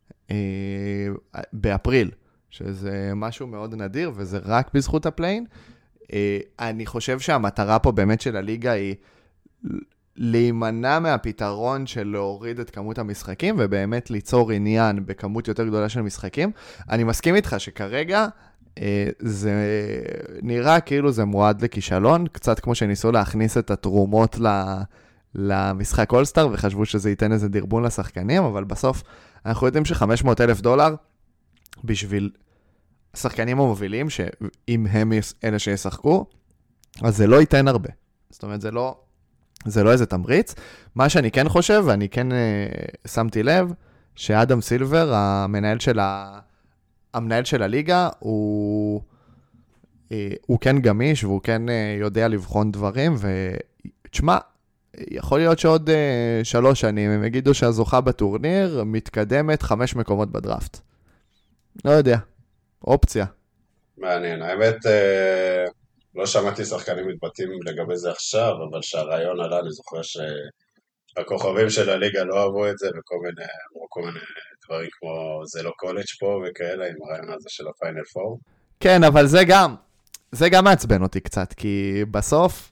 באפריל, שזה משהו מאוד נדיר, וזה רק בזכות הפליין. אני חושב שהמטרה פה באמת של הליגה היא להימנע מהפתרון של להוריד את כמות המשחקים, ובאמת ליצור עניין בכמות יותר גדולה של משחקים. אני מסכים איתך שכרגע, זה נראה כאילו זה מועד לכישלון, קצת כמו שניסו להכניס את התרומות למשחק אולסטאר, וחשבו שזה ייתן איזה דרבון לשחקנים, אבל בסוף אנחנו יודעים ש-חמש מאות אלף דולר בשביל השחקנים המובילים, שאם הם אלה שישחקו, אז זה לא ייתן הרבה. זאת אומרת, זה לא, זה לא איזה תמריץ. מה שאני כן חושב, ואני כן שמתי לב, שאדם סילבר, המנהל של ה... המנהל של הליגה הוא, הוא כן גמיש, והוא כן יודע לבחון דברים, ותשמע, יכול להיות שעוד שלוש שנים הם יגידו שהזוכה בטורניר מתקדמת חמש מקומות בדראפט. לא יודע, אופציה. מעניין, האמת, לא שמעתי שחקנים מתבטאים לגבי זה עכשיו, אבל שהרעיון עלה, אני זוכר שהכוכבים של הליגה לא אהבו את זה, וכל מיני, כל מיני דברים כמו זה לא קולג' פה וכאלה, עם הרעיון הזה של הפיינל פור. כן, אבל זה גם, זה גם מעצבן אותי קצת, כי בסוף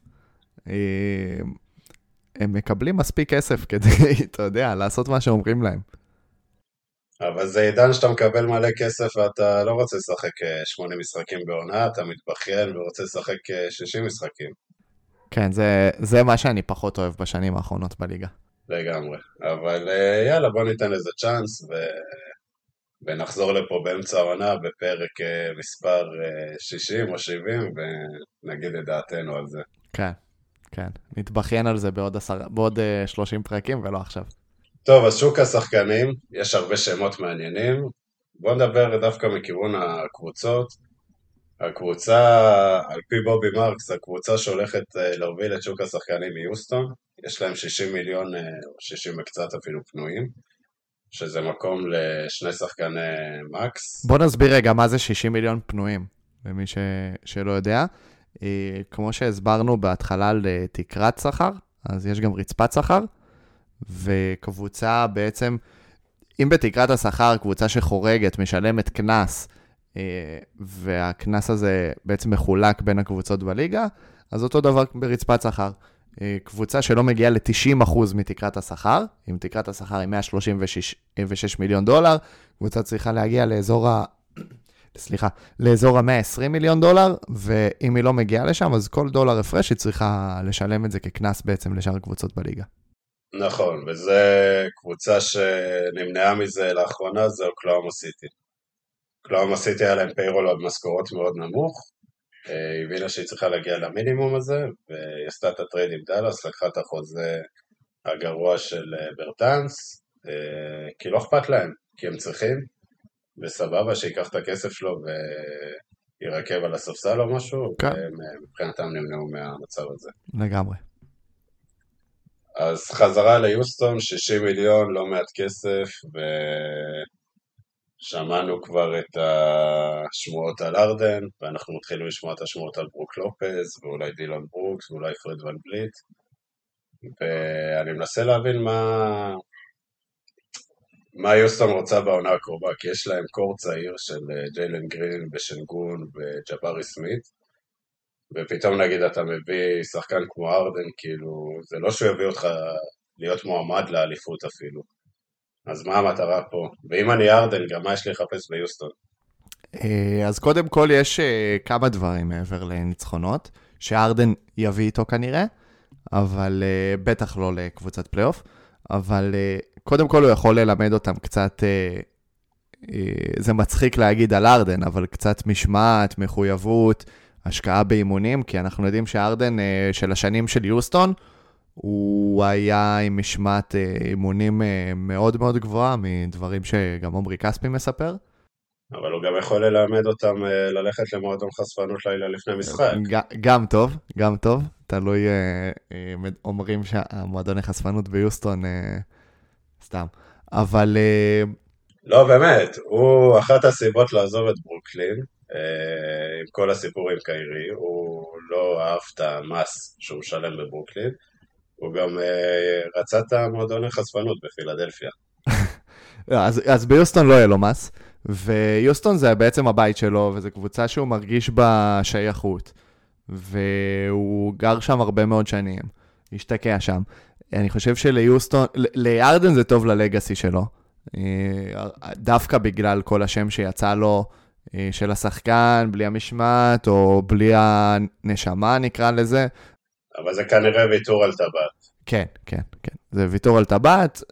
הם מקבלים מספיק כסף כדי, אתה יודע, לעשות מה שאומרים להם. אבל זה עידן שאתה מקבל מלא כסף ואתה לא רוצה לשחק שמונה משחקים בעונה, אתה מתבכיין ורוצה לשחק שישים משחקים. כן, זה, זה מה שאני פחות אוהב בשנים האחרונות בליגה. לגמרי, אבל יאללה, בוא ניתן לזה צ'אנס ו... ונחזור לפה באמצע העונה בפרק מספר שישים או שבעים ונגיד את דעתנו על זה. כן, כן, נתבכיין על זה בעוד, עשר... בעוד שלושים פרקים ולא עכשיו. טוב, אז שוק השחקנים, יש הרבה שמות מעניינים, בוא נדבר דווקא מכיוון הקבוצות. הקבוצה, על פי בובי מרקס, הקבוצה שהולכת להוביל את שוק השחקנים מיוסטון, יש להם שישים מיליון, או שישים וקצת אפילו פנויים, שזה מקום לשני שחקני מקס. בוא נסביר רגע מה זה שישים מיליון פנויים, למי ש... שלא יודע. כמו שהסברנו בהתחלה על תקרת שכר, אז יש גם רצפת שכר, וקבוצה בעצם, אם בתקרת השכר, קבוצה שחורגת, משלמת כנס, והכנס הזה בעצם מחולק בין הקבוצות בליגה, אז אותו דבר ברצפת שכר. קבוצה שלא מגיעה ל-תשעים אחוז מתקרת השכר, אם תקרת השכר היא מאה שלושים ושש מיליון דולר, קבוצה צריכה להגיע לאזור ה... סליחה, לאזור ה-מאה ועשרים מיליון דולר, ואם היא לא מגיעה לשם, אז כל דולר הפרש היא צריכה לשלם את זה ככנס בעצם לשאר הקבוצות בליגה. נכון, וזה קבוצה שנמנעה מזה לאחרונה, זה אוקלאומה סיטי. אוקלאומה סיטי היה להם פיירול על משכורות מאוד נמוך, היא הבינה שהיא צריכה להגיע למינימום הזה, והיא עשתה את הטרייד עם דלס, לקחה את החוזה הגרוע של ברטנס, כי לא אכפת להם, כי הם צריכים, וסבבה שיקח את הכסף שלו וירכב על הספסל או משהו, כן. ומבחינתם נמנעו מהמצב הזה. לגמרי. אז חזרה ליוסטון, שישים מיליון, לא מעט כסף, ושמענו כבר את השמועות על ארדן, ואנחנו מתחילים לשמוע את השמועות על ברוק לופז, ואולי דילון ברוקס, ואולי פרד ון בליט, ואני מנסה להבין מה, מה יוסטון רוצה בעונה הקרובה, כי יש להם קור צעיר של ג'יילן גרין ושנגון וג'בארי סמית, ופתאום נגיד אתה מביא שחקן כמו ארדן, כאילו, זה לא שהוא יביא אותך להיות מועמד לאליפות אפילו. אז מה המטרה פה? ואם אני ארדן, גם מה יש לי לחפש ביוסטון? אז קודם כל יש כמה דברים מעבר לניצחונות, שארדן יביא איתו כנראה, אבל בטח לא לקבוצת פלייאוף, אבל קודם כל הוא יכול ללמד אותם קצת, זה מצחיק להגיד על ארדן, אבל קצת משמעת, מחויבות, השקעה באימונים, כי אנחנו יודעים שארדן של השנים של יוסטון, הוא היה עם משמעת אימונים מאוד מאוד גבוהה, מדברים שגם עומרי כספי מספר. אבל הוא גם יכול ללמד אותם ללכת למועדון חשפנות לילה לפני משחק. גם טוב, גם טוב. תלוי, אומרים שהמועדון החשפנות ביוסטון, סתם. אבל... לא, באמת, הוא אחת הסיבות לעזוב את ברוקלין, עם כל הסיפור עם קיירי, הוא לא אהב את המס שהוא משלם בברוקלין, הוא גם רצה את המועדון החשפנות בפילדלפיה. אז, אז ביוסטון לא יהיה לו מס, ויוסטון זה בעצם הבית שלו, וזו קבוצה שהוא מרגיש בשייכות, והוא גר שם הרבה מאוד שנים, השתקע שם. אני חושב שליוסטון, לארדן זה טוב ללגאסי שלו, דווקא בגלל כל השם שיצא לו של השחקן, בלי המשמעת, או בלי הנשמה נקרא לזה. אבל זה כנראה ויתור על טבעת. כן, כן, כן. זה ויתור על טבעת.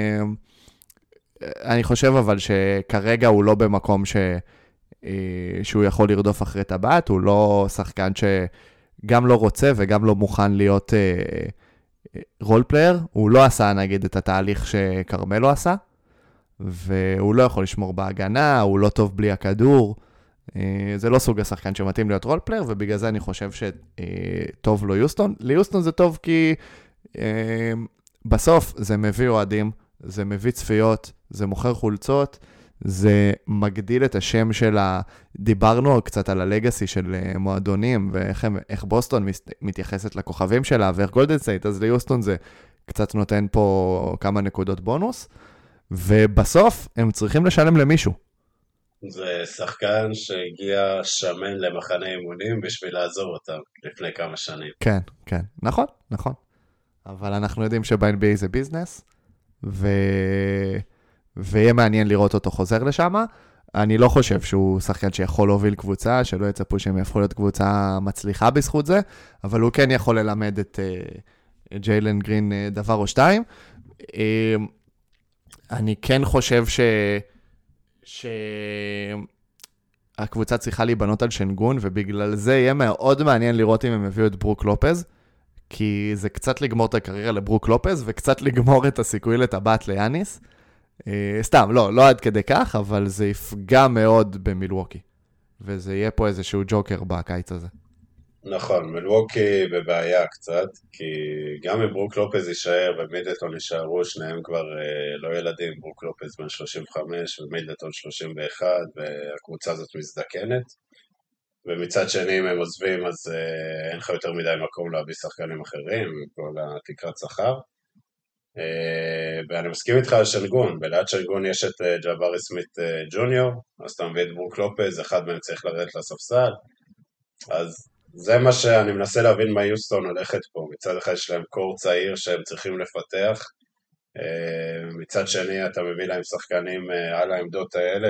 אני חושב אבל שכרגע הוא לא במקום ש... שהוא יכול לרדוף אחרי טבעת, הוא לא שחקן שגם לא רוצה וגם לא מוכן להיות רול פלייר, הוא לא עשה נגיד את התהליך שקרמלו עשה, והוא לא יכול לשמור בהגנה, הוא לא טוב בלי הכדור, זה לא סוג השחקן שמתאים להיות רול פלייר, ובגלל זה אני חושב שטוב לו יוסטון. ליוסטון זה טוב כי בסוף זה מביא אוהדים, זה מביא צפיות, זה מוכר חולצות, זה מגדיל את השם של ה... דיברנו קצת על הלגאסי של מועדונים, ואיך הם, איך בוסטון מתייחסת לכוכבים שלה, ואיך גולדן סטייט, אז ליוסטון זה קצת נותן פה כמה נקודות בונוס, ובסוף הם צריכים לשלם למישהו. זה שחקן שהגיע שמן למחנה אימונים בשביל לעזור אותם לפני כמה שנים. כן, כן, נכון, נכון. אבל אנחנו יודעים שב-אן בי איי זה ביזנס, ו... ויהיה מעניין לראות אותו חוזר לשם. אני לא חושב שהוא שחקן שיכול להוביל קבוצה, שלא יצפו שהם יהפכו להיות קבוצה מצליחה בזכות זה, אבל הוא כן יכול ללמד את uh, ג'יילן גרין uh, דבר או שתיים. Uh, אני כן חושב ש... שהקבוצה צריכה להיבנות על שנגון, ובגלל זה יהיה מאוד מעניין לראות אם הם הביאו את ברוק לופז, כי זה קצת לגמור את הקריירה לברוק לופז, וקצת לגמור את הסיכוי לטבעת ליאניס. סתם, לא, לא עד כדי כך, אבל זה יפגע מאוד במילווקי, וזה יהיה פה איזשהו ג'וקר בקיץ הזה. נכון, מילווקי בבעיה קצת, כי גם אם ברוק לופז יישאר ומידלטון יישארו, שניהם כבר לא ילדים, ברוק לופז בן שלושים וחמש ומידלטון שלושים ואחת, והקבוצה הזאת מזדקנת, ומצד שני אם הם עוזבים אז אין לך יותר מדי מקום להביא שחקנים אחרים, כל התקרת שכר. ואני מסכים איתך על שנגון, בליד שנגון יש את ג'בארי סמית ג'וניור, אז אתה מביא את ברוק לופז, אחד מהם צריך לרדת לספסל, אז זה מה שאני מנסה להבין מה יוסטון הולכת פה, מצד אחד יש להם קור צעיר שהם צריכים לפתח, מצד שני אתה מביא להם שחקנים על העמדות האלה,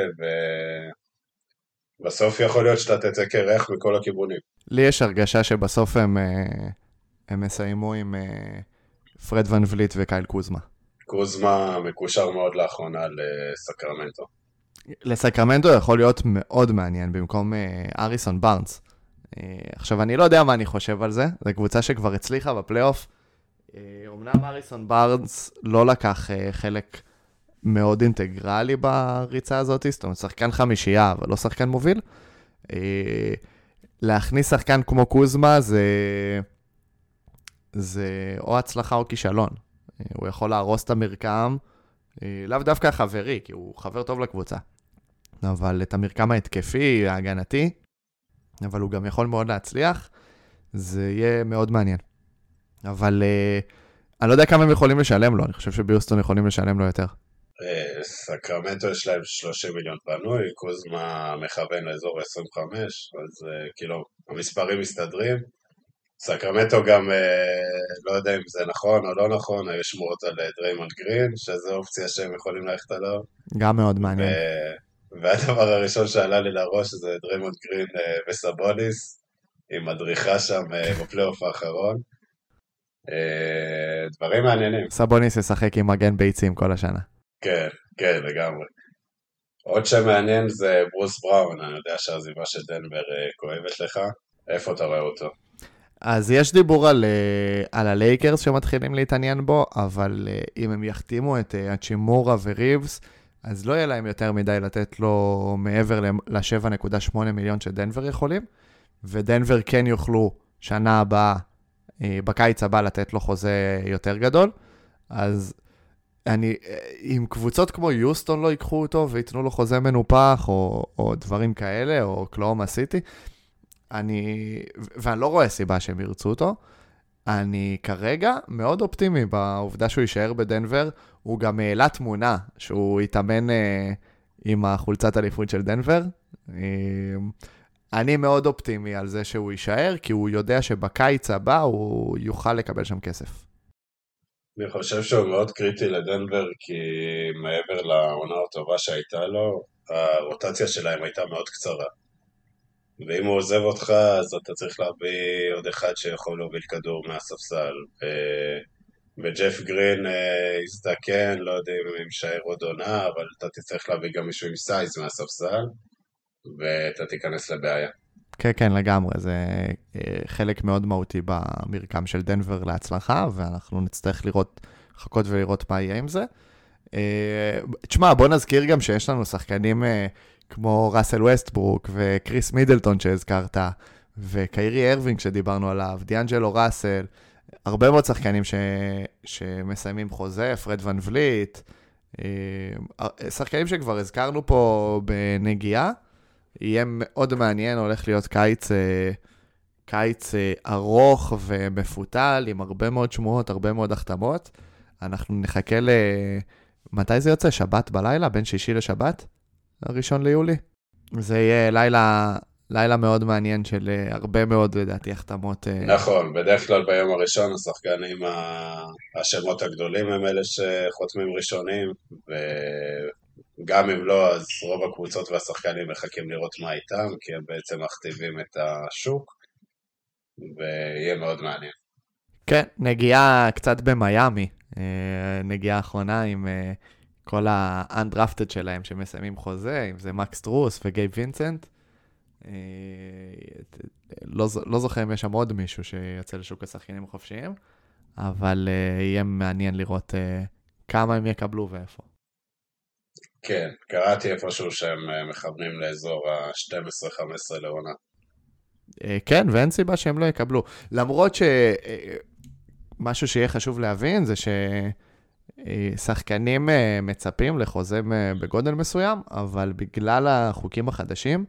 ובסוף יכול להיות שאתה תצא כרך מכל הכיוונים. לי יש הרגשה שבסוף הם, הם מסיימו עם... פרד ון וליט וקייל קוזמה. קוזמה מקושר מאוד לאחרונה לסקרמנטו. לסקרמנטו יכול להיות מאוד מעניין במקום אריסון בארנס. עכשיו, אני לא יודע מה אני חושב על זה, זו קבוצה שכבר הצליחה בפלייאוף. אמנם אריסון בארנס לא לקח חלק מאוד אינטגרלי בריצה הזאת, זאת אומרת, שחקן חמישייה, אבל לא שחקן מוביל. להכניס שחקן כמו קוזמה זה, זה או הצלחה או כישלון. הוא יכול להרוס את המרקם, לאו דווקא חברי, כי הוא חבר טוב לקבוצה. אבל את המרקם ההתקפי, ההגנתי, אבל הוא גם יכול מאוד להצליח, זה יהיה מאוד מעניין. אבל אני לא יודע כמה הם יכולים לשלם לו, אני חושב שביוסטון יכולים לשלם לו יותר. סקרמנטו יש להם שלושים מיליון פנוי, קוזמה מכוון לאזור עשרים וחמש, אז כאילו המספרים מסתדרים. סקרמנטו גם, לא יודע אם זה נכון או לא נכון, היו שמועות על דריימונד גרין, שזו אופציה שהם יכולים ללכת עליו. גם מאוד מעניין. והדבר הראשון שעלה לי לראש זה דריימונד גרין וסבוניס, עם מדריכה שם בפלייאוף האחרון. דברים מעניינים. סבוניס ישחק עם מגן ביצים כל השנה. כן, כן, לגמרי. עוד שמעניין זה ברוס בראון, אני יודע שהעזיבה של דנבר כואבת לך. איפה אתה רואה אותו? אז יש דיבור על, על הלייקרס שמתחילים להתעניין בו, אבל אם הם יחתימו את הצ'ימורה וריבס, אז לא יהיה להם יותר מדי לתת לו מעבר ל-שבע נקודה שמונה מיליון שדנבר יכולים, ודנבר כן יוכלו שנה הבאה, בקיץ הבא לתת לו חוזה יותר גדול, אז אני, אם קבוצות כמו יוסטון לא ייקחו אותו ויתנו לו חוזה מנופח, או, או דברים כאלה, או קלאומה סיטי, אני, ואני לא רואה סיבה שהם ירצו אותו, אני כרגע מאוד אופטימי בעובדה שהוא יישאר בדנבר, הוא גם העלה תמונה שהוא יתאמן אה, עם החולצת אליפות של דנבר. אה, אני מאוד אופטימי על זה שהוא יישאר, כי הוא יודע שבקיץ הבא הוא יוכל לקבל שם כסף. אני חושב שהוא מאוד קריטי לדנבר, כי מעבר לעונה הטובה שהייתה לו, הרוטציה שלהם הייתה מאוד קצרה. ואם הוא עוזב אותך, אז אתה צריך להביא עוד אחד שיכול להוביל כדור מהספסל. וג'ף גרין הזדקן, לא יודע אם הוא יישאר עוד עונה, אבל אתה תצטרך להביא גם מישהו עם סייז מהספסל, ואתה תיכנס לבעיה. כן, כן, לגמרי. זה חלק מאוד מהותי במרקם של דנבר להצלחה, ואנחנו נצטרך לראות, לחכות ולראות מה יהיה עם זה. תשמע, בוא נזכיר גם שיש לנו שחקנים כמו ראסל ווסטברוק וקריס מידלטון שהזכרת, וקיירי ארווינג שדיברנו עליו, דיאנג'לו ראסל, הרבה מאוד שחקנים ש... שמסיימים חוזה, פרד ון וליט, שחקנים שכבר הזכרנו פה בנגיעה, יהיה מאוד מעניין, הולך להיות קיץ, קיץ ארוך ומפותל, עם הרבה מאוד שמועות, הרבה מאוד החתמות. אנחנו נחכה ל... מתי זה יוצא? שבת בלילה? בין שישי לשבת? הראשון ליולי. זה יהיה לילה, לילה מאוד מעניין של הרבה מאוד, לדעתי, החתמות. נכון, בדרך כלל ביום הראשון השחקנים, השמות הגדולים הם אלה שחותמים ראשונים, וגם אם לא, אז רוב הקבוצות והשחקנים מחכים לראות מה איתם, כי הם בעצם מכתיבים את השוק, ויהיה מאוד מעניין. כן, נגיעה קצת במיימי, נגיעה האחרונה עם כל ה-undrafted שלהם שמסיימים חוזה, אם זה מקס טרוס וגייב וינסנט. לא, לא זוכר אם יש שם עוד מישהו שיוצא לשוק השחקנים החופשיים, אבל יהיה מעניין לראות כמה הם יקבלו ואיפה. כן, קראתי איפשהו שהם מכוונים לאזור ה-שתים עשרה חמש עשרה לעונה. כן, ואין סיבה שהם לא יקבלו. למרות שמשהו שיהיה חשוב להבין זה ששחקנים מצפים לחוזה בגודל מסוים, אבל בגלל החוקים החדשים,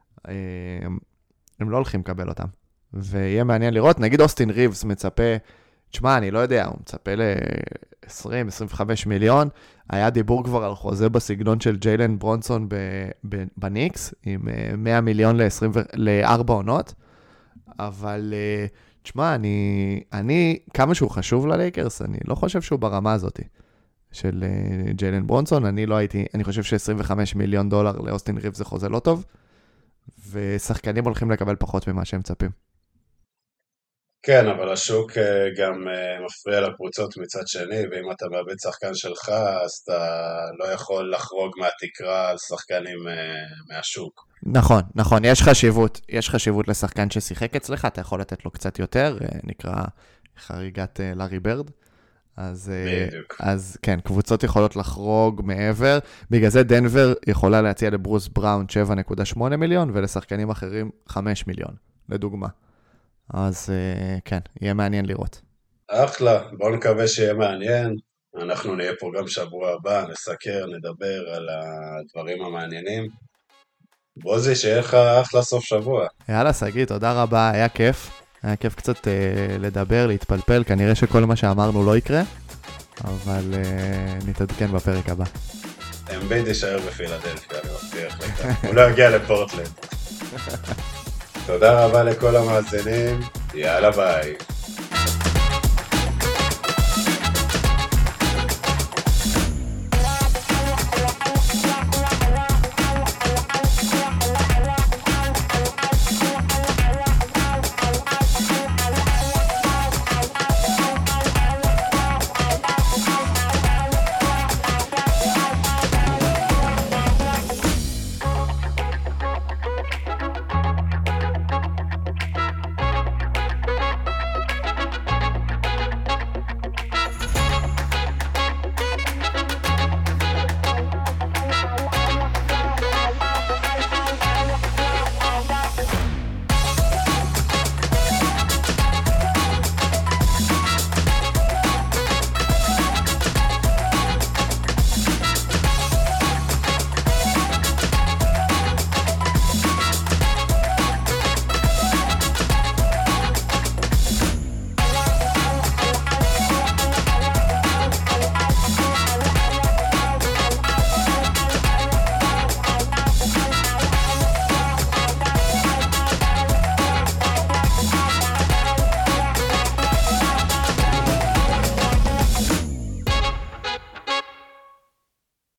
הם לא הולכים לקבל אותם. ויהיה מעניין לראות, נגיד אוסטין ריבס מצפה, תשמע, אני לא יודע, הוא מצפה ל-עשרים עד עשרים וחמישה מיליון, היה דיבור כבר על חוזה בסגנון של ג'יילן ברונסון בניקס, עם מאה מיליון ל-ארבע עונות, אבל תשמע, אני, אני, כמה שהוא חשוב ללייקרס, אני לא חושב שהוא ברמה הזאת של ג'יילן ברונסון, אני לא הייתי, אני חושב ש-עשרים וחמישה מיליון דולר לאוסטין ריבס זה חוזה לא טוב, ושחקנים הולכים לקבל פחות ממה שהם מצפים. כן, אבל השוק גם מפריע לקבוצות מצד שני, ואם אתה מאבד שחקן שלך, אז אתה לא יכול לחרוג מהתקרה על שחקנים מהשוק. נכון, נכון, יש חשיבות, יש חשיבות לשחקן ששיחק אצלך, אתה יכול לתת לו קצת יותר, נקרא חריגת לארי ברד. אז, אז כן, קבוצות יכולות לחרוג מעבר, בגלל זה דנבר יכולה להציע לברוס בראון שבע נקודה שמונה מיליון, ולשחקנים אחרים חמש מיליון, לדוגמה. אז כן, יהיה מעניין לראות. אחלה, בואו נקווה שיהיה מעניין, אנחנו נהיה פה גם שבוע הבא, נסקר, נדבר על הדברים המעניינים. בוזי, שיהיה לך אחלה סוף שבוע. יאללה, סגי, תודה רבה, היה כיף. היה כיף קצת אה, לדבר, להתפלפל, כנראה שכל מה שאמרנו לא יקרה, אבל אה, נתעדכן בפרק הבא. אמביד יישאר בפילדלפיה, אני מבטיח לך. הוא לא יגיע לפורטלנד. תודה רבה לכל המאזינים, יאללה ביי.